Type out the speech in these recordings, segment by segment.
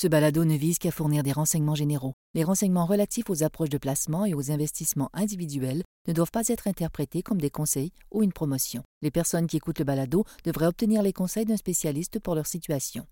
Ce balado ne vise qu'à fournir des renseignements généraux. Les renseignements relatifs aux approches de placement et aux investissements individuels ne doivent pas être interprétés comme des conseils ou une promotion. Les personnes qui écoutent le balado devraient obtenir les conseils d'un spécialiste pour leur situation.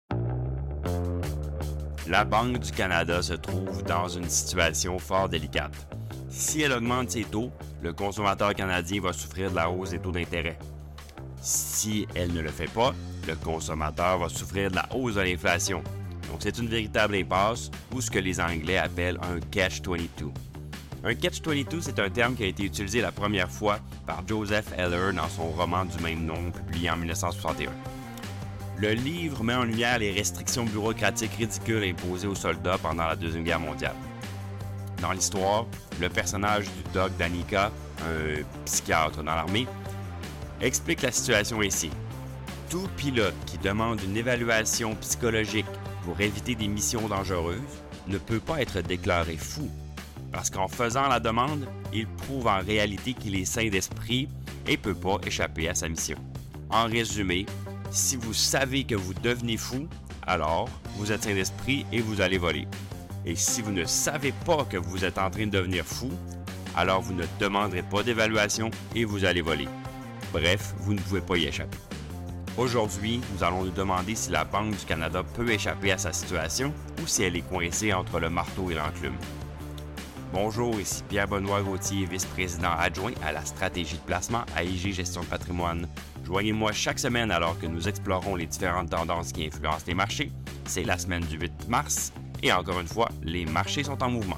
La Banque du Canada se trouve dans une situation fort délicate. Si elle augmente ses taux, le consommateur canadien va souffrir de la hausse des taux d'intérêt. Si elle ne le fait pas, le consommateur va souffrir de la hausse de l'inflation. Donc c'est une véritable impasse ou ce que les Anglais appellent un catch-22. Un catch-22, c'est un terme qui a été utilisé la première fois par Joseph Heller dans son roman du même nom publié en 1961. Le livre met en lumière les restrictions bureaucratiques ridicules imposées aux soldats pendant la Deuxième Guerre mondiale. Dans l'histoire, le personnage du Doc Danica, un psychiatre dans l'armée, explique la situation ici. Tout pilote qui demande une évaluation psychologique pour éviter des missions dangereuses ne peut pas être déclaré fou, parce qu'en faisant la demande, il prouve en réalité qu'il est sain d'esprit et ne peut pas échapper à sa mission. En résumé, si vous savez que vous devenez fou, alors vous êtes sain d'esprit et vous allez voler. Et si vous ne savez pas que vous êtes en train de devenir fou, alors vous ne demanderez pas d'évaluation et vous allez voler. Bref, vous ne pouvez pas y échapper. Aujourd'hui, nous allons nous demander si la Banque du Canada peut échapper à sa situation ou si elle est coincée entre le marteau et l'enclume. Bonjour, ici Pierre-Benoît Gauthier, vice-président adjoint à la stratégie de placement à IG Gestion de patrimoine. Joignez-moi chaque semaine alors que nous explorons les différentes tendances qui influencent les marchés. C'est la semaine du 8 mars et encore une fois, les marchés sont en mouvement.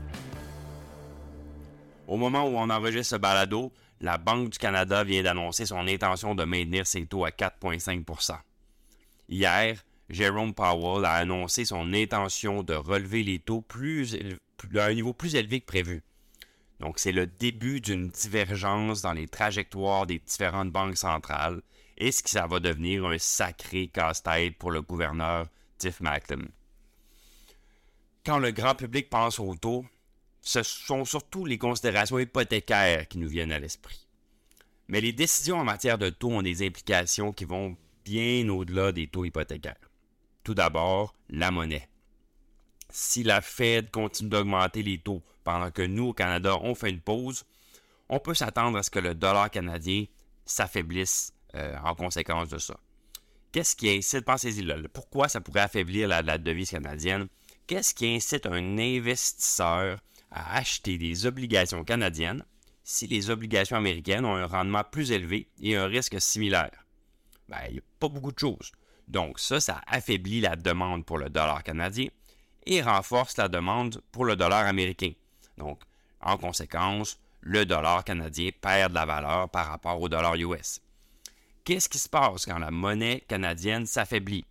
Au moment où on enregistre ce balado, la Banque du Canada vient d'annoncer son intention de maintenir ses taux à 4,5 %. Hier, Jerome Powell a annoncé son intention de relever les taux à un niveau plus élevé que prévu. Donc, c'est le début d'une divergence dans les trajectoires des différentes banques centrales et ce qui ça va devenir un sacré casse-tête pour le gouverneur Tiff Macklem. Quand le grand public pense aux taux, ce sont surtout les considérations hypothécaires qui nous viennent à l'esprit. Mais les décisions en matière de taux ont des implications qui vont bien au-delà des taux hypothécaires. Tout d'abord, la monnaie. Si la Fed continue d'augmenter les taux pendant que nous, au Canada, on fait une pause, on peut s'attendre à ce que le dollar canadien s'affaiblisse en conséquence de ça. Qu'est-ce qui incite, pensez-y là, pourquoi ça pourrait affaiblir la devise canadienne? Qu'est-ce qui incite un investisseur à acheter des obligations canadiennes si les obligations américaines ont un rendement plus élevé et un risque similaire? Il n'y a pas beaucoup de choses. Donc ça affaiblit la demande pour le dollar canadien et renforce la demande pour le dollar américain. Donc, en conséquence, le dollar canadien perd de la valeur par rapport au dollar US. Qu'est-ce qui se passe quand la monnaie canadienne s'affaiblit?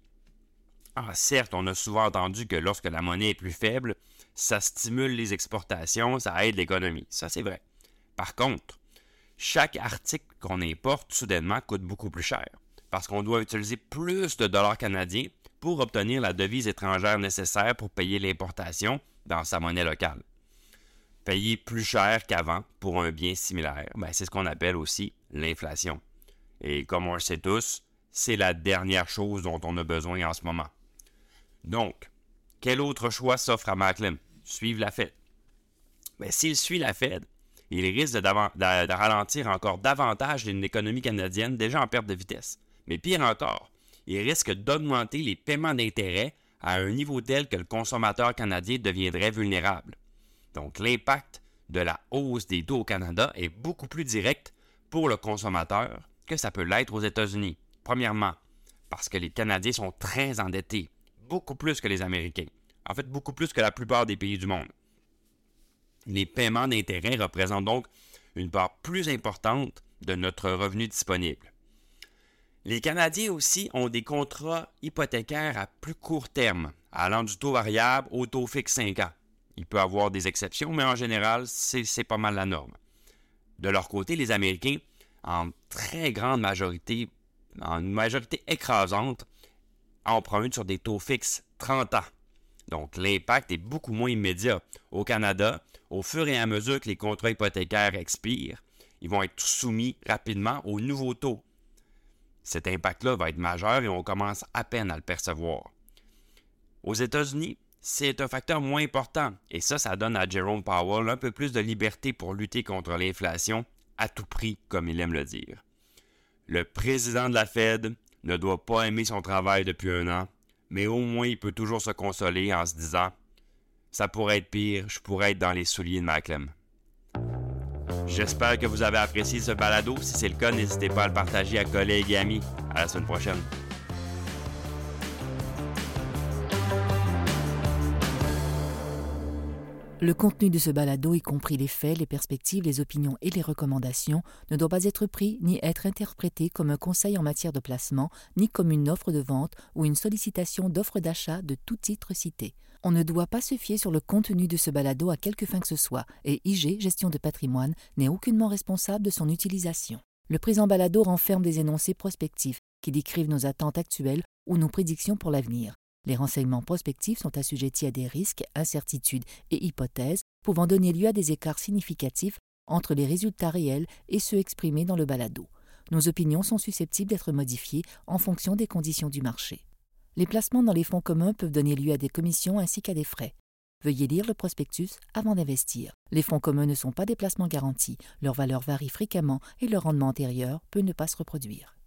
Certes, on a souvent entendu que lorsque la monnaie est plus faible, ça stimule les exportations, ça aide l'économie. Ça, c'est vrai. Par contre, chaque article qu'on importe soudainement coûte beaucoup plus cher parce qu'on doit utiliser plus de dollars canadiens pour obtenir la devise étrangère nécessaire pour payer l'importation dans sa monnaie locale. Payer plus cher qu'avant pour un bien similaire, c'est ce qu'on appelle aussi l'inflation. Et comme on le sait tous, c'est la dernière chose dont on a besoin en ce moment. Donc, quel autre choix s'offre à Macklem? Suivre la Fed. S'il suit la Fed, il risque de ralentir encore davantage une économie canadienne déjà en perte de vitesse. Mais pire encore, il risque d'augmenter les paiements d'intérêt à un niveau tel que le consommateur canadien deviendrait vulnérable. Donc, l'impact de la hausse des taux au Canada est beaucoup plus direct pour le consommateur que ça peut l'être aux États-Unis. Premièrement, parce que les Canadiens sont très endettés, beaucoup plus que les Américains. En fait, beaucoup plus que la plupart des pays du monde. Les paiements d'intérêt représentent donc une part plus importante de notre revenu disponible. Les Canadiens aussi ont des contrats hypothécaires à plus court terme, allant du taux variable au taux fixe 5 ans. Il peut y avoir des exceptions, mais en général, c'est pas mal la norme. De leur côté, les Américains, en très grande majorité, en une majorité écrasante, empruntent sur des taux fixes 30 ans. Donc, l'impact est beaucoup moins immédiat. Au Canada, au fur et à mesure que les contrats hypothécaires expirent, ils vont être soumis rapidement aux nouveaux taux. Cet impact-là va être majeur et on commence à peine à le percevoir. Aux États-Unis, c'est un facteur moins important et ça donne à Jerome Powell un peu plus de liberté pour lutter contre l'inflation à tout prix, comme il aime le dire. Le président de la Fed ne doit pas aimer son travail depuis 1 an, mais au moins il peut toujours se consoler en se disant « Ça pourrait être pire, je pourrais être dans les souliers de Macklem ». J'espère que vous avez apprécié ce balado. Si c'est le cas, n'hésitez pas à le partager à collègues et amis. À la semaine prochaine. Le contenu de ce balado, y compris les faits, les perspectives, les opinions et les recommandations, ne doit pas être pris ni être interprété comme un conseil en matière de placement, ni comme une offre de vente ou une sollicitation d'offre d'achat de tout titre cité. On ne doit pas se fier sur le contenu de ce balado à quelque fin que ce soit, et IG, Gestion de patrimoine, n'est aucunement responsable de son utilisation. Le présent balado renferme des énoncés prospectifs qui décrivent nos attentes actuelles ou nos prédictions pour l'avenir. Les renseignements prospectifs sont assujettis à des risques, incertitudes et hypothèses pouvant donner lieu à des écarts significatifs entre les résultats réels et ceux exprimés dans le balado. Nos opinions sont susceptibles d'être modifiées en fonction des conditions du marché. Les placements dans les fonds communs peuvent donner lieu à des commissions ainsi qu'à des frais. Veuillez lire le prospectus avant d'investir. Les fonds communs ne sont pas des placements garantis, leur valeur varie fréquemment et leur rendement antérieur peut ne pas se reproduire.